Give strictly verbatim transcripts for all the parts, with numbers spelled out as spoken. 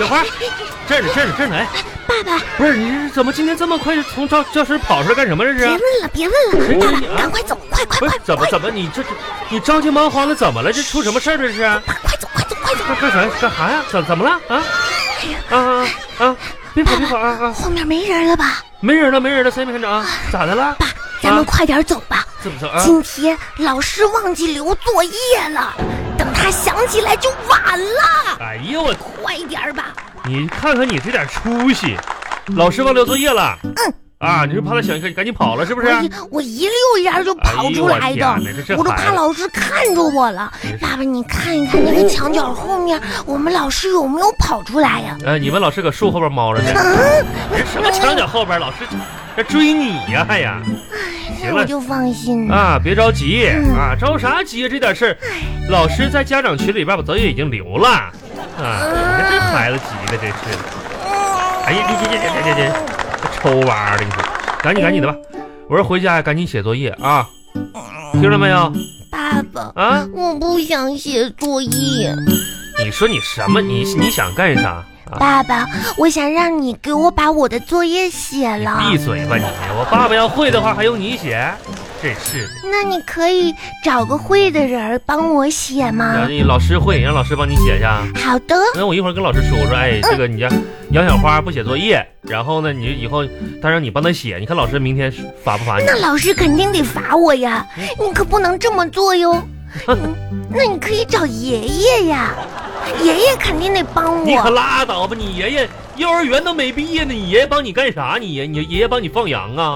花，这儿呢这儿呢这儿呢。哎， 爸爸， 不是你怎么今天这么快就从教教室跑出来干什么这是？ 别问了别问了，爸爸赶快走，快快快！ 怎么怎么你这你着急忙慌的怎么了？这出什么事儿这是？ 快走快走快走！ 干啥干啥呀？怎怎么了啊？啊啊啊！别跑别跑啊啊！ 后面没人了吧？ 没人了没人了，谁也没看着啊？咋的了？ 爸，咱们快点走吧。 怎么走啊？ 今天老师忘记留作业了，等他想起来就晚了。 哎呦我， 快点吧！ 你看看你这点出息，老师忘留作业了。 嗯。 啊，你是怕他想赶紧跑了是不是？ 我 一, 我一溜烟就跑出来的，哎、我, 我都怕老师看着我了。爸爸，你看一看那个墙角后面，我们老师有没有跑出来呀？ 呃，你们老师搁树后边猫着呢。 嗯， 什么墙角后边？老师在追你呀！哎呀， 行了，我就放心了啊，别着急、嗯、啊，着啥急啊？这点事儿，老师在家长群里边把作业已经留了啊。你看这孩子急的真是的。哎呀，别别别别别别！臭娃的，你说，赶紧赶紧的吧！我说回家呀，赶紧写作业啊！听着没有？ 爸爸啊， 我不想写作业。 你说你什么？你你想干啥？啊、 爸爸，我想让你给我把我的作业写了。 闭嘴吧你！我爸爸要会的话还用你写？真是的。 那你可以找个会的人帮我写吗？ 让你老师会，让老师帮你写一下。 好的。 那我一会儿跟老师说，我说，哎，这个你家杨小花不写作业，然后呢，你以后他让你帮他写，你看老师明天罚不罚你？ 那老师肯定得罚我呀，你可不能这么做哟。那你可以找爷爷呀，爷爷肯定得帮我。 你可拉倒吧，你爷爷幼儿园都没毕业呢，你爷爷帮你干啥？你爷你爷爷帮你放羊啊？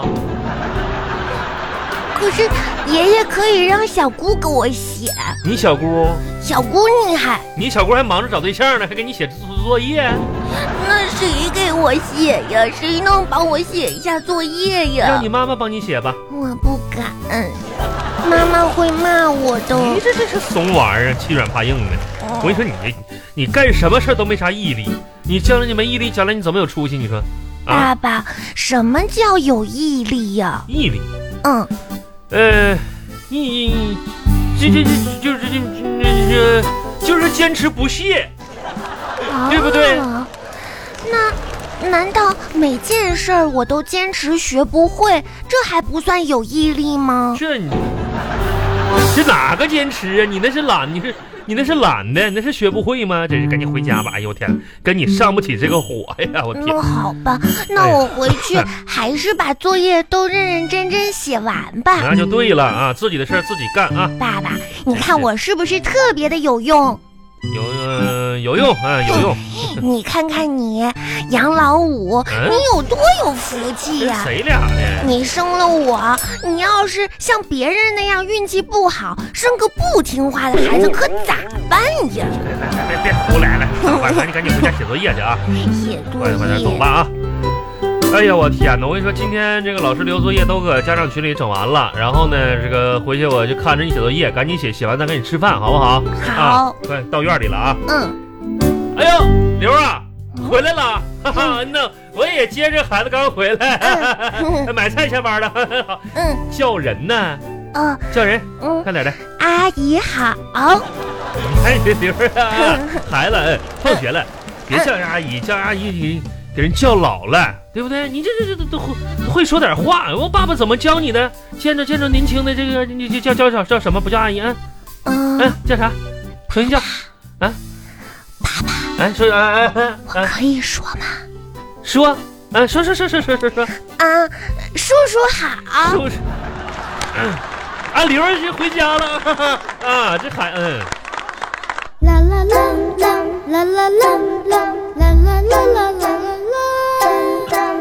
可是爷爷可以让小姑给我写。 你小姑？ 小姑厉害。 你小姑还忙着找对象呢，还给你写作业？ 那谁给我写呀？谁能帮我写一下作业呀？ 让你妈妈帮你写吧。 我不敢，妈妈会骂我的。 你这这是怂玩意儿，欺软怕硬的。我跟你说，你你干什么事都没啥毅力，你将来你没毅力，将来你怎么有出息？你说？ 啊、爸爸，什么叫有毅力呀？ 毅力？ 嗯。 呃，你这这这就是这这这就是坚持不懈， 啊、 对不对？ 那难道每件事儿我都坚持学不会，这还不算有毅力吗？ 这你这哪个坚持啊？你那是懒，你是你那是懒的，那是学不会吗？真是赶紧回家吧！哎呦我天，跟你上不起这个火呀！我天。 那好吧，那我回去还是把作业都认认真真写完吧。 那就对了啊，自己的事自己干啊。 爸爸，你看我是不是特别的有用？ 有呃有用啊，有用。 你看看你，杨老五，嗯、你有多有福气呀、啊？ 谁俩呢？ 你生了我，你要是像别人那样运气不好，生个不听话的孩子，可咋办呀？ 别别别胡来了，快快，你赶紧回家写作业去啊！ 写作业， 快点走吧啊！哎呀，我天哪！我跟你说，今天这个老师留作业都搁家长群里整完了，然后呢，这个回去我就看着你写作业，赶紧写，写完再跟你吃饭，好不好？ 好， 啊、快到院里了啊！ 嗯。 哎呦，刘啊，回来了！哈哈，那我也接着孩子刚回来，嗯、买菜下班了。 嗯， 叫人呢？ 嗯、哦， 叫人， 嗯， 快点的。 阿姨好。 哎，刘啊，孩子放学了，别叫阿姨，叫阿姨你给人叫老了，对不对？你这这这都会会说点话。我爸爸怎么教你的？见着见着年轻的这个，你叫叫叫叫什么？不叫阿姨啊？ 嗯嗯，叫啥？重新叫啊。 爸爸， 哎，说啊啊啊！ 我可以说吗？ 说，啊，说说说说说说说啊，叔叔好。 叔叔，嗯，啊，刘儿回家了，哈哈啊，这孩嗯。 啦啦啦啦啦啦啦啦啦啦啦啦啦。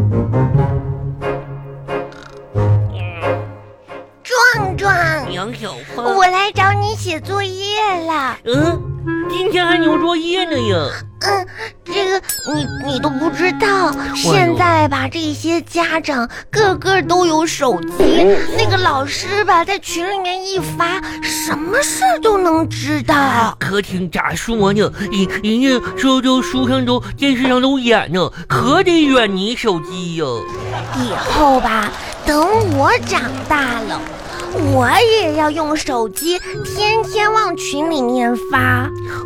壮壮， 杨小花， 我来找你写作业了。 嗯。今天还留作业呢呀？ 嗯，这个你你都不知道，现在吧，这些家长个个都有手机，那个老师吧，在群里面一发，什么事都能知道。 可听咋说呢？人人家说这书上都、电视上都演呢，可得远离手机呀。 以后吧，等我长大了，我也要用手机天天往群里面发。 嗯，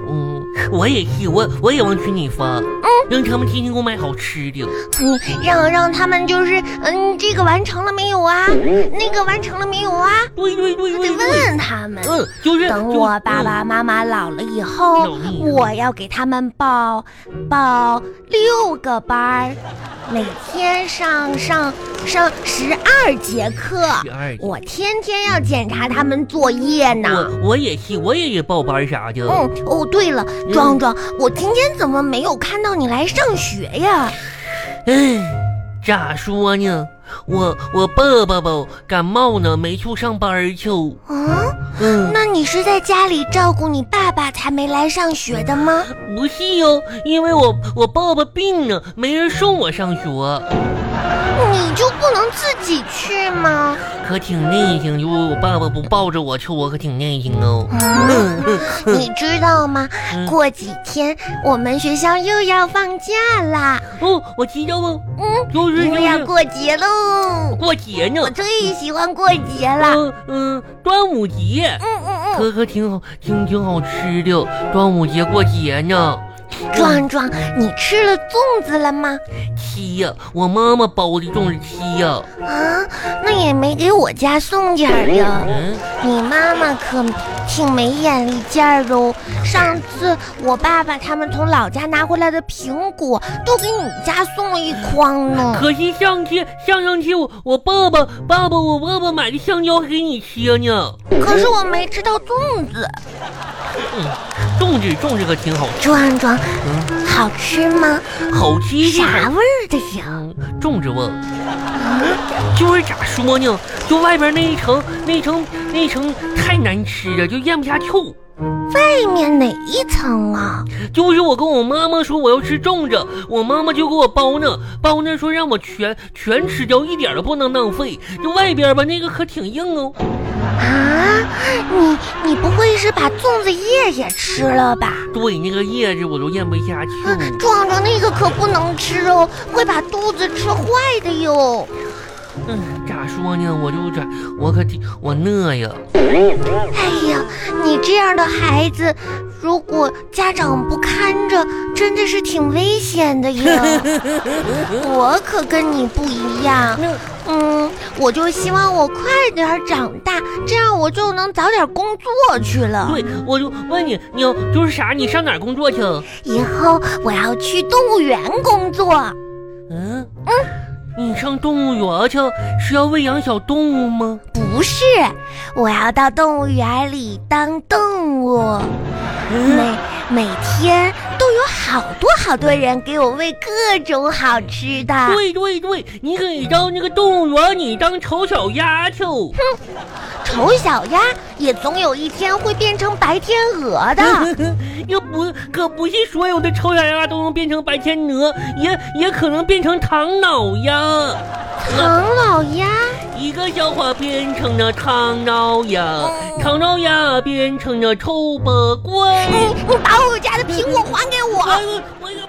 我也是，我我也往群里发，嗯，让他们天天给我买好吃的。 嗯，让让他们就是，嗯，这个完成了没有啊？那个完成了没有啊？ 对对对对得对， 问他们。 嗯，就是等我爸爸妈妈老了以后， 嗯、 我要给他们报报六个班儿，每天上上上十二节课。 十二节， 我天天要检查他们作业呢。 我我也是，我也得报班啥的。 嗯，哦，对了，壮壮，嗯、我今天怎么没有看到你来上学呀？ 哎，咋说呢？我我爸爸吧感冒呢，没去上班去。 嗯嗯， 那你是在家里照顾你爸爸才没来上学的吗？ 不是哟，因为我我爸爸病了，没人送我上学。 你就不能自己去吗？ 可挺内心，如果我爸爸不抱着我去，我可挺内心哦。 嗯、你知道吗？嗯、过几天我们学校又要放假啦。 哦，我知道哦。 嗯， 就是又要过节喽。 过节呢？ 我最喜欢过节了。 嗯嗯，端午节。 嗯嗯嗯， 可可挺好，挺挺好吃的。端午节过节呢。 壮壮，你吃了粽子了吗？ 吃呀，我妈妈包的粽子吃呀。 啊，那也没给我家送点儿呀。 嗯， 你妈妈可挺没眼力见儿的哦。上次我爸爸他们从老家拿回来的苹果，都给你家送了一筐呢。 可是上次上上次我我爸爸爸爸我爸爸买的香蕉给你吃呢。 可是我没吃到粽子。 嗯，粽子粽子可挺好吃。 壮壮， 嗯， 好吃吗？ 好吃。 啥味儿的呀？ 嗯，粽子味。嗯，就是咋说呢？就外边那一层那一层那一层太难吃了，就咽不下去。 外面哪一层啊？ 就是我跟我妈妈说我要吃粽子，我妈妈就给我包呢，包呢说让我全全吃掉，一点都不能浪费。就外边吧，那个可挺硬哦。 啊，你你不会是把粽子叶也吃了吧？ 对，那个叶子我都咽不下去。 啊、壮壮，那个可不能吃哦，会把肚子吃坏的哟。 嗯，咋说呢？我就咋，我可挺我饿呀。 哎呀，你这样的孩子，如果家长不看着，真的是挺危险的呀。我可跟你不一样，嗯，我就希望我快点长大，这样我就能早点工作去了。 对，我就问你，你要就是啥？你上哪儿工作去？ 以后我要去动物园工作。 嗯嗯。你上动物园去是要喂养小动物吗？ 不是，我要到动物园里当动物， 嗯、 每每天都有好多好多人给我喂各种好吃的。 对对对，你可以到那个动物园里当丑小鸭去。 哼，丑小鸭也总有一天会变成白天鹅的。 又不可不是所有的丑小鸭都能变成白天鹅，也也可能变成唐老鸭。 唐老鸭， 一个笑话变成了唐老鸭，唐老鸭变成了丑八怪。 你你把我家的苹果还给我！ 我我